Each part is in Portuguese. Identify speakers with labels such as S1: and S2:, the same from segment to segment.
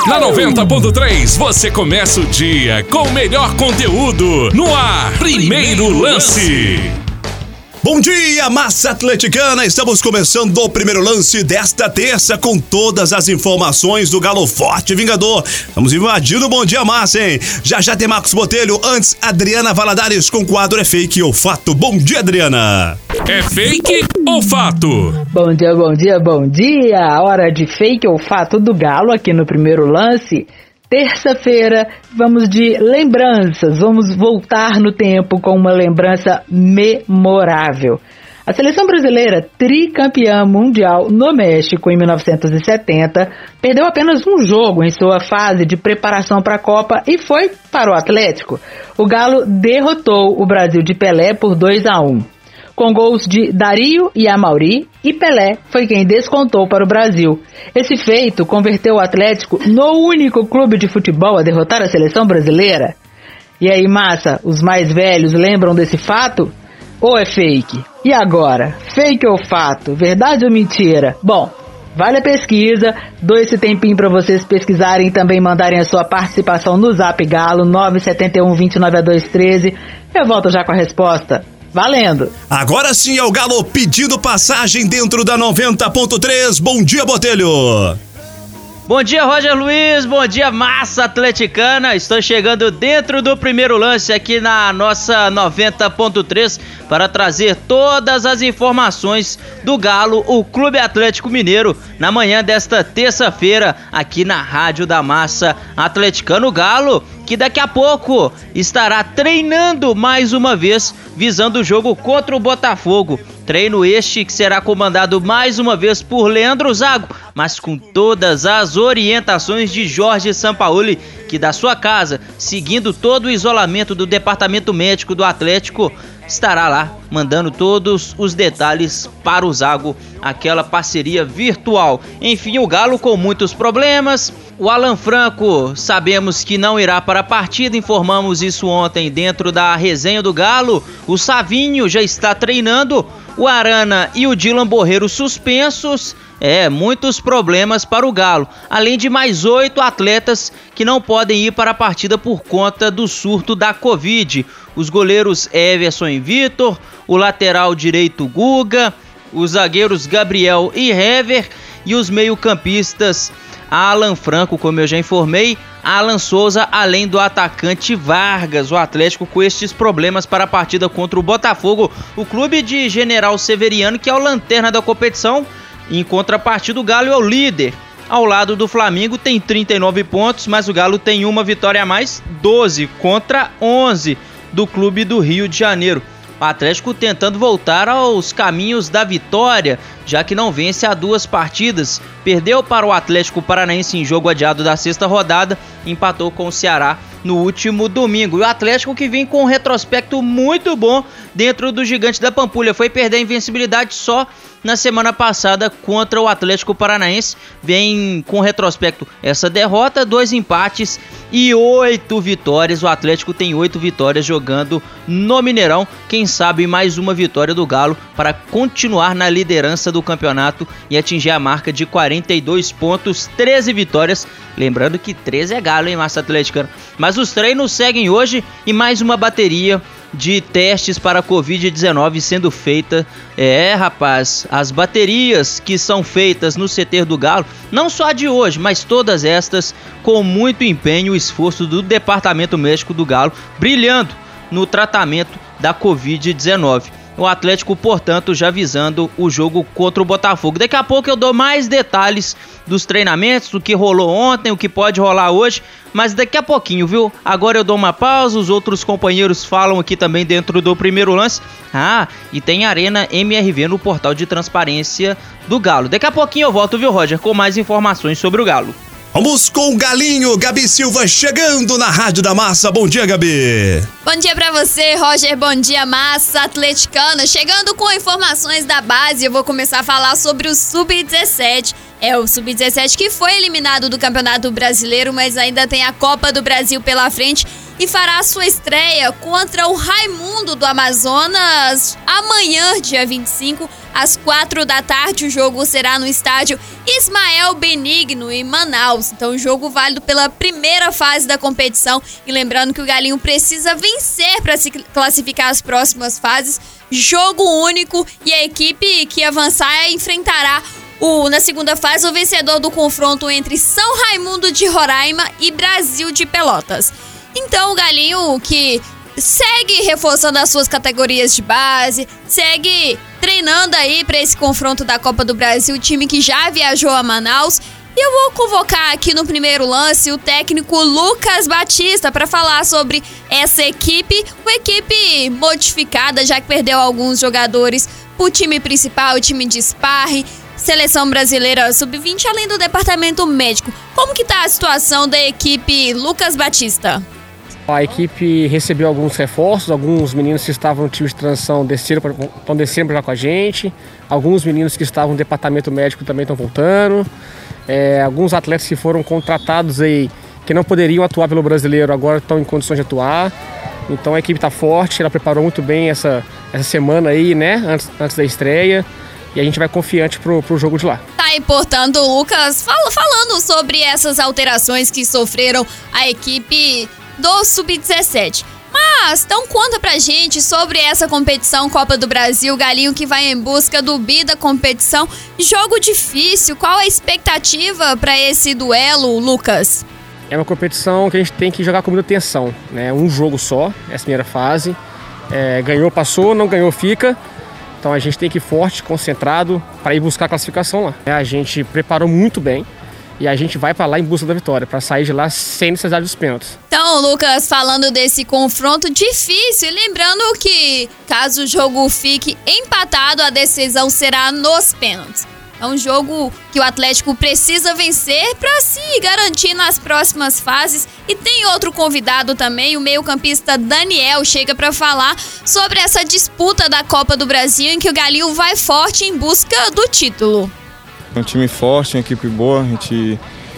S1: Na 90.3 você começa o dia com o melhor conteúdo. No ar, Primeiro Lance.
S2: Bom dia, massa atleticana! Estamos começando o Primeiro Lance desta terça com todas as informações do Galo Forte Vingador. Estamos invadindo o Bom Dia Massa, hein? Já tem Marcos Botelho, antes Adriana Valadares com o quadro É Fake ou Fato. Bom dia, Adriana!
S1: É fake ou fato?
S3: Bom dia, bom dia, bom dia! Hora de fake ou fato do Galo aqui no Primeiro Lance. Terça-feira, vamos de lembranças, vamos voltar no tempo com uma lembrança memorável. A seleção brasileira, tricampeã mundial no México em 1970, perdeu apenas um jogo em sua fase de preparação para a Copa e foi para o Atlético. O Galo derrotou o Brasil de Pelé por 2-1. Com gols de Dario e Amauri, e Pelé foi quem descontou para o Brasil. Esse feito converteu o Atlético no único clube de futebol a derrotar a seleção brasileira. E aí, massa, os mais velhos lembram desse fato? Ou é fake? E agora? Fake ou fato? Verdade ou mentira? Bom, vale a pesquisa, dou esse tempinho para vocês pesquisarem e também mandarem a sua participação no Zap Galo 971-29-213. Eu volto já com a resposta. Valendo!
S2: Agora sim é o Galo pedindo passagem dentro da 90.3. Bom dia, Botelho!
S4: Bom dia, Roger Luiz, bom dia, massa atleticana. Estou chegando dentro do Primeiro Lance aqui na nossa 90.3 para trazer todas as informações do Galo, o Clube Atlético Mineiro, na manhã desta terça-feira aqui na Rádio da Massa Atleticana. O Galo que daqui a pouco estará treinando mais uma vez, visando o jogo contra o Botafogo. Treino este que será comandado mais uma vez por Leandro Zago, mas com todas as orientações de Jorge Sampaoli, que da sua casa, seguindo todo o isolamento do departamento médico do Atlético, estará lá mandando todos os detalhes para o Zago, aquela parceria virtual. Enfim, o Galo com muitos problemas. O Alan Franco sabemos que não irá para a partida, informamos isso ontem dentro da resenha do Galo. O Savinho já está treinando, o Arana e o Dylan Borreiro suspensos. Muitos problemas para o Galo, além de mais 8 atletas que não podem ir para a partida por conta do surto da Covid. Os goleiros Everson e Vitor, o lateral direito Guga, os zagueiros Gabriel e Hever e os meio-campistas Alan Franco, como eu já informei, Alan Souza, além do atacante Vargas. O Atlético com estes problemas para a partida contra o Botafogo. O clube de General Severiano, que é o lanterna da competição, em contrapartida o Galo é o líder. Ao lado do Flamengo tem 39 pontos, mas o Galo tem uma vitória a mais, 12 contra 11 do clube do Rio de Janeiro. O Atlético tentando voltar aos caminhos da vitória, já que não vence há 2 partidas. Perdeu para o Atlético Paranaense em jogo adiado da 6ª rodada, empatou com o Ceará no último domingo. E o Atlético que vem com um retrospecto muito bom dentro do Gigante da Pampulha. Foi perder a invencibilidade só na semana passada contra o Atlético Paranaense. Vem com retrospecto essa derrota, 2 empates e 8 vitórias. O Atlético tem 8 vitórias jogando no Mineirão. Quem sabe mais uma vitória do Galo para continuar na liderança do campeonato e atingir a marca de 42 pontos, 13 vitórias. Lembrando que 13 é Galo, hein, massa atleticana? Mas os treinos seguem hoje e mais uma bateria de testes para a Covid-19 sendo feita. Rapaz, as baterias que são feitas no CT do Galo, não só a de hoje, mas todas estas com muito empenho e esforço do departamento médico do Galo, brilhando no tratamento da Covid-19. O Atlético, portanto, já visando o jogo contra o Botafogo. Daqui a pouco eu dou mais detalhes dos treinamentos, do que rolou ontem, o que pode rolar hoje, mas daqui a pouquinho, viu? Agora eu dou uma pausa, os outros companheiros falam aqui também dentro do Primeiro Lance. E tem Arena MRV no portal de transparência do Galo. Daqui a pouquinho eu volto, viu, Roger, com mais informações sobre o Galo.
S2: Vamos com o Galinho, Gabi Silva chegando na Rádio da Massa. Bom dia, Gabi.
S5: Bom dia pra você, Roger. Bom dia, massa atleticana. Chegando com informações da base, eu vou começar a falar sobre o Sub-17. O Sub-17 que foi eliminado do Campeonato Brasileiro, mas ainda tem a Copa do Brasil pela frente e fará sua estreia contra o Raimundo do Amazonas amanhã, dia 25, às 4 da tarde. O jogo será no estádio Ismael Benigno, em Manaus. Então, o jogo válido pela primeira fase da competição. E lembrando que o Galinho precisa vencer para se classificar às próximas fases. Jogo único, e a equipe que avançar enfrentará na segunda fase o vencedor do confronto entre São Raimundo de Roraima e Brasil de Pelotas. Então, o Galinho, que segue reforçando as suas categorias de base, segue treinando aí para esse confronto da Copa do Brasil, time que já viajou a Manaus. E eu vou convocar aqui no primeiro lance o técnico Lucas Batista para falar sobre essa equipe, uma equipe modificada, já que perdeu alguns jogadores para o time principal, o time de sparring, Seleção Brasileira Sub-20, além do departamento médico. Como que tá a situação da equipe Lucas Batista?
S6: A equipe recebeu alguns reforços, alguns meninos que estavam no time de transição estão descendo para jogar com a gente, alguns meninos que estavam no departamento médico também estão voltando, alguns atletas que foram contratados aí, que não poderiam atuar pelo brasileiro, agora estão em condições de atuar. Então a equipe está forte, ela preparou muito bem essa semana aí, né, antes da estreia. E a gente vai confiante pro jogo de lá.
S5: Tá aí, portanto, o Lucas falando sobre essas alterações que sofreram a equipe do Sub-17. Mas, então conta pra gente sobre essa competição Copa do Brasil, Galinho que vai em busca do bi da competição. Jogo difícil, qual a expectativa para esse duelo, Lucas?
S6: É uma competição que a gente tem que jogar com muita atenção, né? Um jogo só, essa primeira fase. Ganhou, passou, não ganhou, fica. Então a gente tem que ir forte, concentrado, para ir buscar a classificação lá. A gente preparou muito bem e a gente vai para lá em busca da vitória, para sair de lá sem necessidade dos pênaltis.
S5: Então, Lucas, falando desse confronto difícil, e lembrando que caso o jogo fique empatado, a decisão será nos pênaltis. É um jogo que o Atlético precisa vencer para se garantir nas próximas fases. E tem outro convidado também, o meio-campista Daniel, chega para falar sobre essa disputa da Copa do Brasil, em que o Galinho vai forte em busca do título.
S7: É um time forte, uma equipe boa, a gente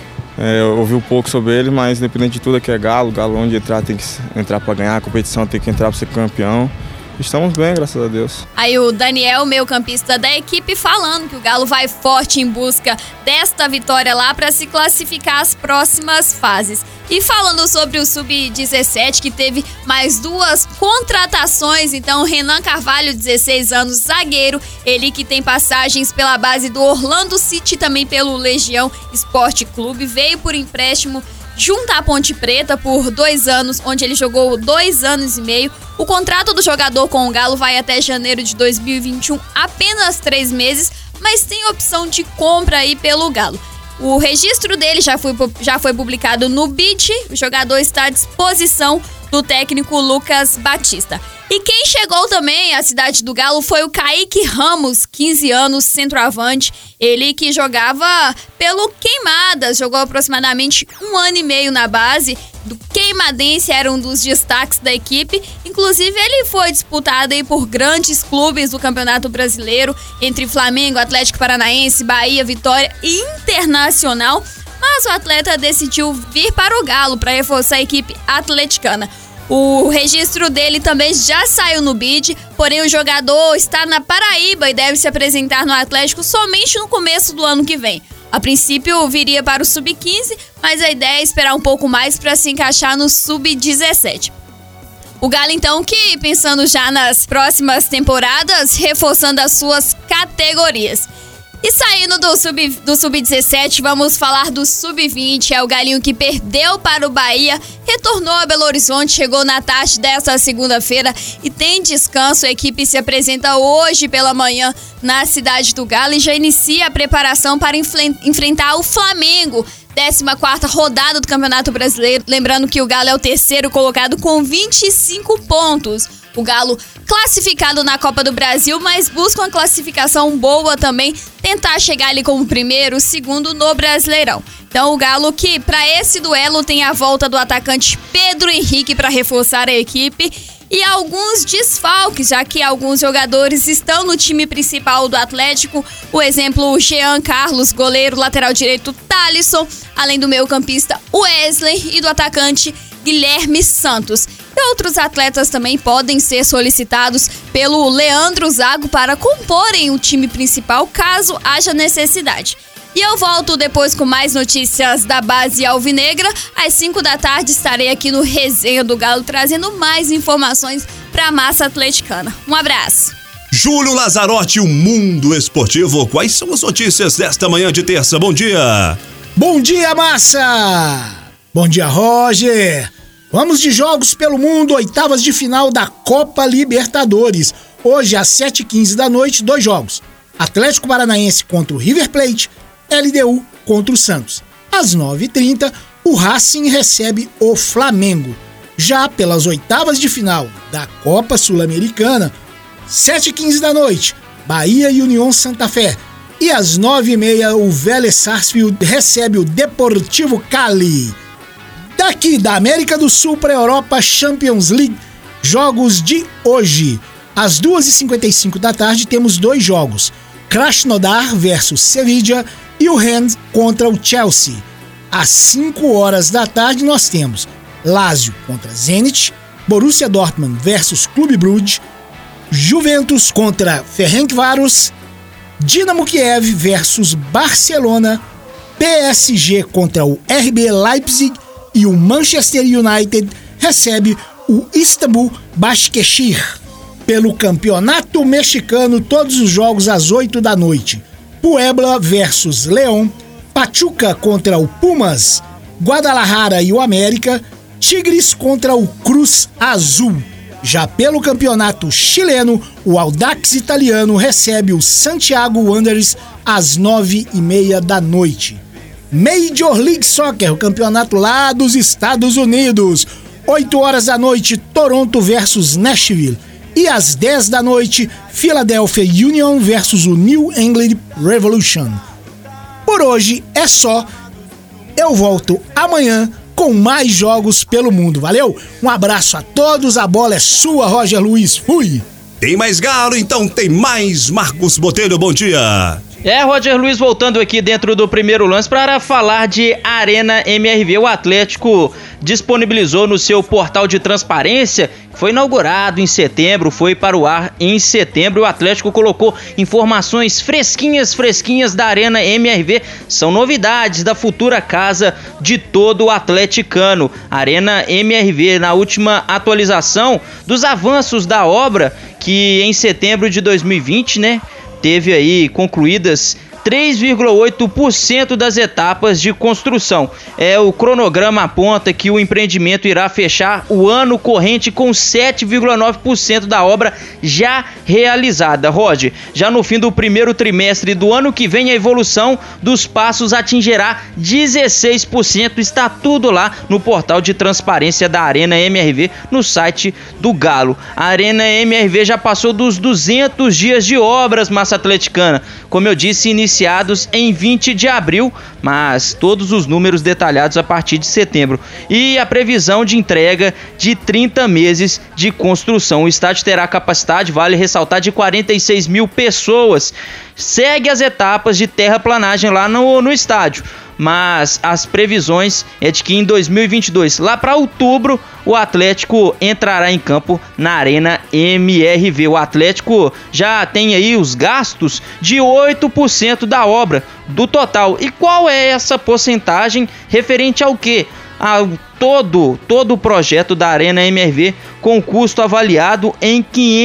S7: ouviu pouco sobre ele, mas independente de tudo aqui é Galo onde entrar tem que entrar para ganhar, a competição tem que entrar para ser campeão. Estamos bem, graças a Deus.
S5: Aí o Daniel, meio-campista da equipe, falando que o Galo vai forte em busca desta vitória lá para se classificar às próximas fases. E falando sobre o Sub-17, que teve mais 2 contratações, então Renan Carvalho, 16 anos, zagueiro, ele que tem passagens pela base do Orlando City, também pelo Legião Esporte Clube, veio por empréstimo junto à Ponte Preta por 2 anos, onde ele jogou 2 anos e meio. O contrato do jogador com o Galo vai até janeiro de 2021, apenas 3 meses, mas tem opção de compra aí pelo Galo. O registro dele já foi publicado no BID, o jogador está à disposição do técnico Lucas Batista. E quem chegou também à cidade do Galo foi o Kaique Ramos, 15 anos, centroavante. Ele que jogava pelo Queimadas, jogou aproximadamente 1 ano e meio na base do Queimadense, era um dos destaques da equipe. Inclusive, ele foi disputado aí por grandes clubes do Campeonato Brasileiro, entre Flamengo, Atlético Paranaense, Bahia, Vitória e Internacional. Mas o atleta decidiu vir para o Galo para reforçar a equipe atleticana. O registro dele também já saiu no BID, porém o jogador está na Paraíba e deve se apresentar no Atlético somente no começo do ano que vem. A princípio viria para o Sub-15, mas a ideia é esperar um pouco mais para se encaixar no Sub-17. O Galo então que, pensando já nas próximas temporadas, reforçando as suas categorias. E saindo do Sub-17, vamos falar do Sub-20. É o Galinho que perdeu para o Bahia, retornou a Belo Horizonte, chegou na tarde desta segunda-feira e tem descanso. A equipe se apresenta hoje pela manhã na cidade do Galo e já inicia a preparação para enfrentar o Flamengo. 14ª rodada do Campeonato Brasileiro. Lembrando que o Galo é o terceiro colocado com 25 pontos. O Galo classificado na Copa do Brasil, mas busca uma classificação boa também, tentar chegar ali como primeiro, segundo no Brasileirão. Então o Galo que para esse duelo tem a volta do atacante Pedro Henrique para reforçar a equipe e alguns desfalques, já que alguns jogadores estão no time principal do Atlético. O exemplo, o Jean Carlos, goleiro, lateral direito Thalisson, além do meio-campista Wesley e do atacante Guilherme Santos. E outros atletas também podem ser solicitados pelo Leandro Zago para comporem o time principal, caso haja necessidade. E eu volto depois com mais notícias da base alvinegra. Às 5 da tarde estarei aqui no Resenha do Galo trazendo mais informações para a massa atleticana. Um abraço.
S2: Júlio Lazzarotti, o Mundo Esportivo. Quais são as notícias desta manhã de terça? Bom dia.
S8: Bom dia, massa. Bom dia, Roger. Vamos de jogos pelo mundo, oitavas de final da Copa Libertadores. Hoje às 7h15 da noite, 2 jogos. Atlético Paranaense contra o River Plate, LDU contra o Santos. Às 9h30, o Racing recebe o Flamengo. Já pelas oitavas de final da Copa Sul-Americana, 7h15 da noite, Bahia e União Santa Fé. E às 9h30, o Vélez Sarsfield recebe o Deportivo Cali. Daqui da América do Sul para a Europa Champions League, jogos de hoje. Às 2h55 da tarde temos 2 jogos. Krasnodar versus Sevilla e o Rennes contra o Chelsea. Às 5 horas da tarde nós temos Lazio contra Zenit, Borussia Dortmund versus Clube Brugge, Juventus contra Ferencváros, Dinamo Kiev versus Barcelona, PSG contra o RB Leipzig e o Manchester United recebe o Istanbul Başakşehir. Pelo Campeonato Mexicano, todos os jogos às 8 da noite. Puebla versus León, Pachuca contra o Pumas, Guadalajara e o América, Tigres contra o Cruz Azul. Já pelo Campeonato Chileno, o Audax Italiano recebe o Santiago Wanderers às 9h30 da noite. Major League Soccer, o campeonato lá dos Estados Unidos. 8 horas da noite, Toronto versus Nashville. E às 10 da noite, Philadelphia Union versus o New England Revolution. Por hoje é só. Eu volto amanhã com mais jogos pelo mundo. Valeu? Um abraço a todos. A bola é sua, Roger Luiz. Fui!
S2: Tem mais Galo, então tem mais Marcos Botelho. Bom dia.
S4: Roger Luiz voltando aqui dentro do primeiro lance para falar de Arena MRV. O Atlético disponibilizou no seu portal de transparência, que foi inaugurado em setembro, foi para o ar em setembro. O Atlético colocou informações fresquinhas da Arena MRV. São novidades da futura casa de todo o atleticano. Arena MRV, na última atualização dos avanços da obra, que em setembro de 2020, teve aí concluídas 3,8% das etapas de construção. O cronograma aponta que o empreendimento irá fechar o ano corrente com 7,9% da obra já realizada. Roger, já no fim do primeiro trimestre do ano que vem, a evolução dos passos atingirá 16%. Está tudo lá no portal de transparência da Arena MRV, no site do Galo. A Arena MRV já passou dos 200 dias de obras, massa atleticana. Como eu disse, iniciados em 20 de abril, mas todos os números detalhados a partir de setembro. E a previsão de entrega de 30 meses de construção. O estádio terá capacidade, vale ressaltar, de 46 mil pessoas. Segue as etapas de terraplanagem lá no estádio, mas as previsões é de que em 2022, lá para outubro, o Atlético entrará em campo na Arena MRV. O Atlético já tem aí os gastos de 8% da obra, do total. E qual é essa porcentagem referente ao quê? A todo o projeto da Arena MRV, com custo avaliado em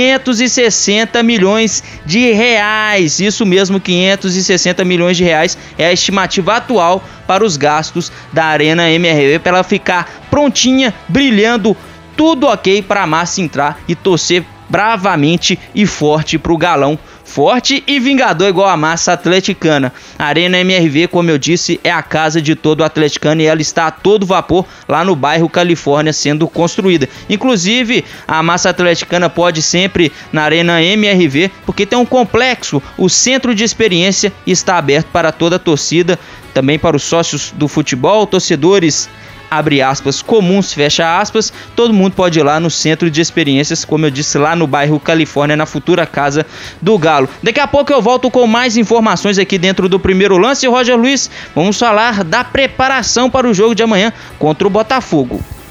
S4: 560 milhões de reais. Isso mesmo, 560 milhões de reais é a estimativa atual para os gastos da Arena MRV, para ela ficar prontinha, brilhando, tudo ok para a massa entrar e torcer bravamente e forte para o Galão. Forte e vingador igual a massa atleticana. A Arena MRV, como eu disse, é a casa de todo atleticano e ela está a todo vapor lá no bairro Califórnia sendo construída. Inclusive, a massa atleticana pode sempre na Arena MRV, porque tem um complexo, o centro de experiência está aberto para toda a torcida, também para os sócios do futebol, torcedores, abre aspas, comuns, fecha aspas, todo mundo pode ir lá no centro de experiências, como eu disse, lá no bairro Califórnia, na futura casa do Galo. Daqui a pouco eu volto com mais informações aqui dentro do primeiro lance. Roger Luiz, vamos falar da preparação para o jogo de amanhã contra o Botafogo.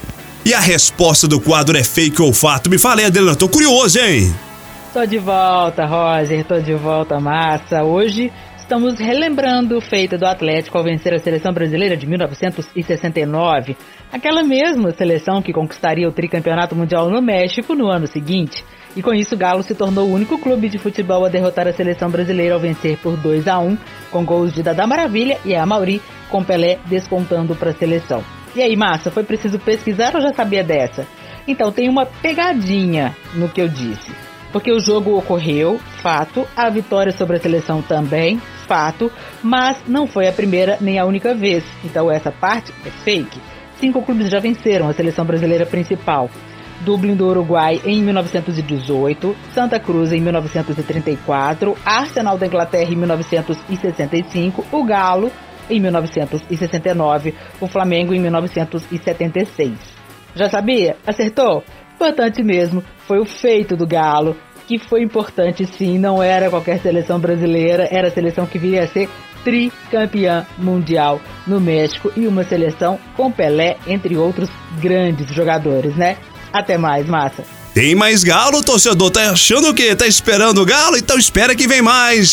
S2: E a resposta do quadro é fake ou fato? Me fala aí, Adelina, tô curioso, hein?
S3: Tô de volta, Roger, tô de volta, Massa. Hoje estamos relembrando o feito do Atlético ao vencer a seleção brasileira de 1969, aquela mesma seleção que conquistaria o tricampeonato mundial no México no ano seguinte. E com isso o Galo se tornou o único clube de futebol a derrotar a seleção brasileira ao vencer por 2-1, com gols de Dadá Maravilha e Amaury, com Pelé descontando para a seleção. E aí, Massa, foi preciso pesquisar ou já sabia dessa? Então tem uma pegadinha no que eu disse. Porque o jogo ocorreu, fato, a vitória sobre a seleção também, fato, mas não foi a primeira nem a única vez. Então essa parte é fake. 5 clubes já venceram a seleção brasileira principal. Dublin do Uruguai em 1918, Santa Cruz em 1934, Arsenal da Inglaterra em 1965, o Galo em 1969, o Flamengo em 1976. Já sabia? Acertou? Importante mesmo, foi o feito do Galo, que foi importante sim, não era qualquer seleção brasileira, era a seleção que viria a ser tricampeã mundial no México e uma seleção com Pelé, entre outros grandes jogadores, né? Até mais, Massa.
S2: Tem mais Galo, torcedor? Tá achando o quê? Tá esperando o Galo? Então espera que vem mais,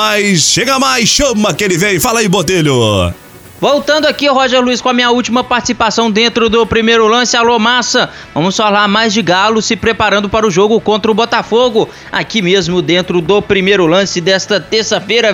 S2: chama que ele vem. Fala aí, Botelho.
S4: Voltando aqui, Roger Luiz, com a minha última participação dentro do primeiro lance. Alô, Massa, vamos falar mais de Galo se preparando para o jogo contra o Botafogo, aqui mesmo dentro do primeiro lance desta terça-feira,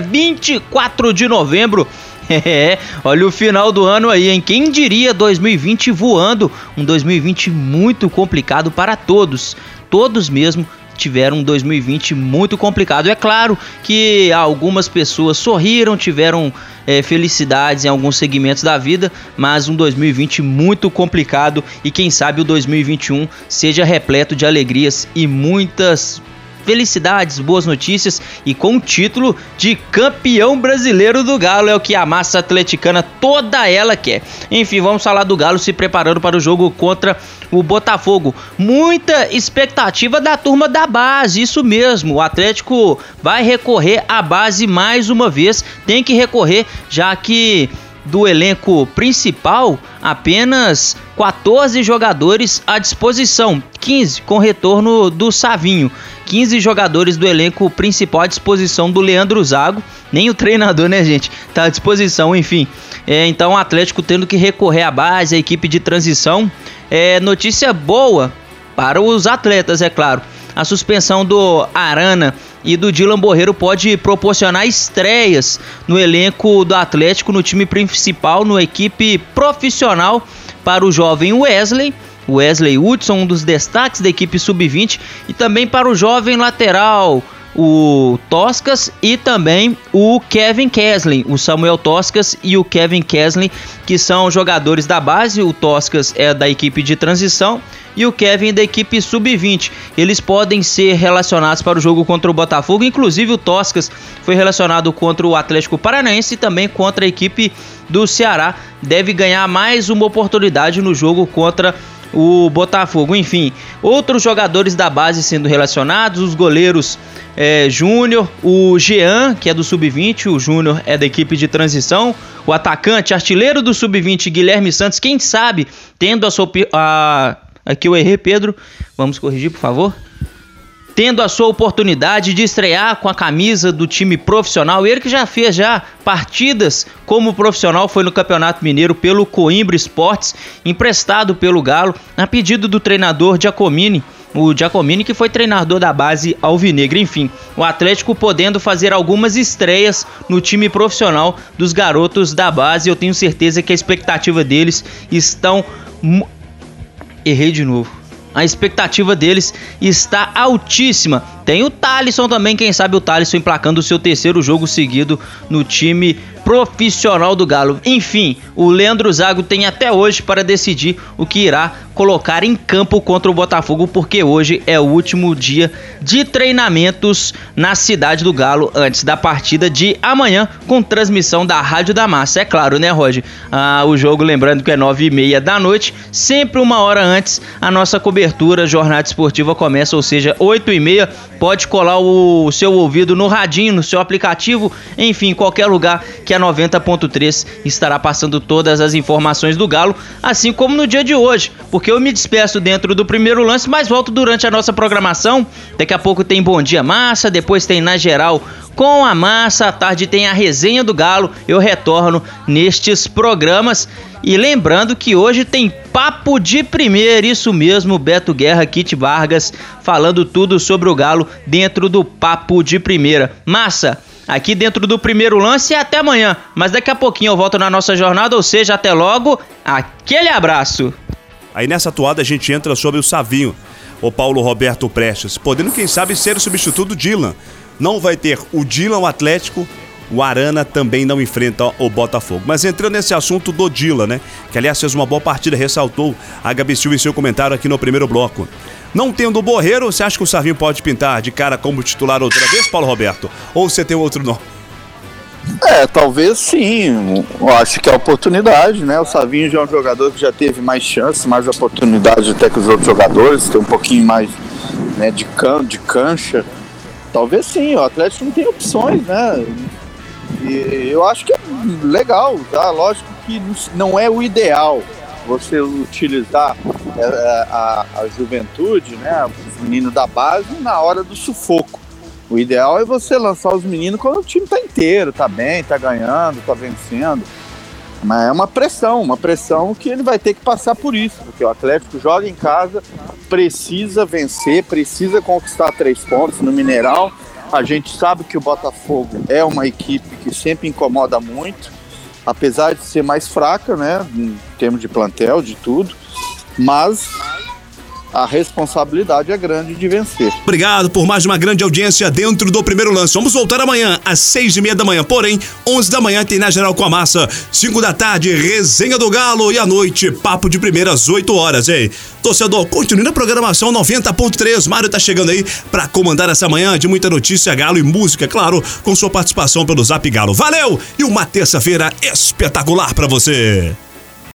S4: 24 de novembro. Olha o final do ano aí, hein? Quem diria 2020 voando, um 2020 muito complicado para todos mesmo. Tiveram um 2020 muito complicado. É claro que algumas pessoas sorriram, tiveram felicidades em alguns segmentos da vida, mas um 2020 muito complicado e quem sabe o 2021 seja repleto de alegrias e muitas felicidades, boas notícias e com o título de campeão brasileiro do Galo, é o que a massa atleticana toda ela quer. Enfim, vamos falar do Galo se preparando para o jogo contra o Botafogo. Muita expectativa da turma da base, isso mesmo, o Atlético vai recorrer à base mais uma vez, tem que recorrer, já que do elenco principal, apenas 14 jogadores à disposição, 15 com retorno do Savinho, 15 jogadores do elenco principal à disposição do Leandro Zago, nem o treinador, né, gente, tá à disposição, enfim. Então o Atlético tendo que recorrer à base, a equipe de transição. Notícia boa para os atletas, é claro. A suspensão do Arana e do Dylan Borreiro pode proporcionar estreias no elenco do Atlético, no time principal, na equipe profissional, para o jovem Wesley Hudson, um dos destaques da equipe sub-20, e também para o jovem lateral, o Toscas, e também o Kevin Kesling, o Samuel Toscas e o Kevin Kesling, que são jogadores da base. O Toscas é da equipe de transição e o Kevin da equipe sub-20. Eles podem ser relacionados para o jogo contra o Botafogo, inclusive o Toscas foi relacionado contra o Atlético Paranaense e também contra a equipe do Ceará. Deve ganhar mais uma oportunidade no jogo contra o Botafogo. Enfim, outros jogadores da base sendo relacionados, os goleiros Júnior, o Jean, que é do sub-20, o Júnior é da equipe de transição, o atacante, artilheiro do sub-20, Guilherme Santos, quem sabe, tendo aqui eu errei, Pedro, vamos corrigir, por favor. Tendo a sua oportunidade de estrear com a camisa do time profissional, ele que já fez partidas como profissional, foi no Campeonato Mineiro pelo Coimbra Esportes, emprestado pelo Galo, a pedido do treinador Giacomini, o Giacomini que foi treinador da base alvinegra. Enfim, o Atlético podendo fazer algumas estreias no time profissional dos garotos da base. Eu tenho certeza que a expectativa deles estão... Errei de novo. A expectativa deles está altíssima. Tem o Thalisson também, quem sabe o Thalisson emplacando o seu terceiro jogo seguido no time profissional do Galo. Enfim, o Leandro Zago tem até hoje para decidir o que irá colocar em campo contra o Botafogo, porque hoje é o último dia de treinamentos na cidade do Galo, antes da partida de amanhã, com transmissão da Rádio da Massa. É claro, né, Roger? O jogo, lembrando que é 9h30 da noite, sempre uma hora antes, a nossa cobertura, jornada esportiva começa, ou seja, 8h30, pode colar o seu ouvido no radinho, no seu aplicativo, enfim, qualquer lugar que a 90.3 estará passando todas as informações do Galo, assim como no dia de hoje, porque porque eu me despeço dentro do primeiro lance, mas volto durante a nossa programação. Daqui a pouco tem Bom Dia Massa, depois tem Na Geral com a Massa, à tarde tem a Resenha do Galo. Eu retorno nestes programas. E lembrando que hoje tem Papo de Primeira, isso mesmo, Beto Guerra, Kit Vargas, falando tudo sobre o Galo dentro do Papo de Primeira. Massa, aqui dentro do primeiro lance, até amanhã, mas daqui a pouquinho eu volto na nossa jornada, ou seja, até logo, aquele abraço.
S2: Aí nessa atuada a gente entra sobre o Savinho, o Paulo Roberto Prestes, podendo quem sabe ser o substituto do Dylan. Não vai ter o Dylan, o Atlético, o Arana também não enfrenta o Botafogo. Mas entrando nesse assunto do Dylan, né, que aliás fez uma boa partida, ressaltou a Gabi Silva em seu comentário aqui no primeiro bloco. Não tendo o Borreiro, você acha que o Savinho pode pintar de cara como titular outra vez, Paulo Roberto? Ou você tem outro nome?
S9: Talvez sim. Eu acho que é oportunidade, né? O Savinho já é um jogador que já teve mais chances, mais oportunidade até que os outros jogadores, tem um pouquinho mais, né, de cancha. Talvez sim, o Atlético não tem opções, né? E eu acho que é legal, tá? Lógico que não é o ideal você utilizar a juventude, né, os meninos da base na hora do sufoco. O ideal é você lançar os meninos quando o time tá inteiro, tá bem, tá ganhando, tá vencendo. Mas é uma pressão que ele vai ter que passar por isso, porque o Atlético joga em casa, precisa vencer, precisa conquistar 3 pontos no Mineirão. A gente sabe que o Botafogo é uma equipe que sempre incomoda muito, apesar de ser mais fraca, né, em termos de plantel, de tudo, mas a responsabilidade é grande de vencer.
S2: Obrigado por mais uma grande audiência dentro do primeiro lance. Vamos voltar amanhã às 6:30 da manhã, porém 11 da manhã tem Na Geral com a Massa, 5 da tarde Resenha do Galo e à noite Papo de Primeira às 8 horas, hein? Torcedor, continue na programação 90.3, Mário tá chegando aí pra comandar essa manhã de muita notícia Galo e música, claro, com sua participação pelo Zap Galo. Valeu! E uma terça-feira espetacular pra você!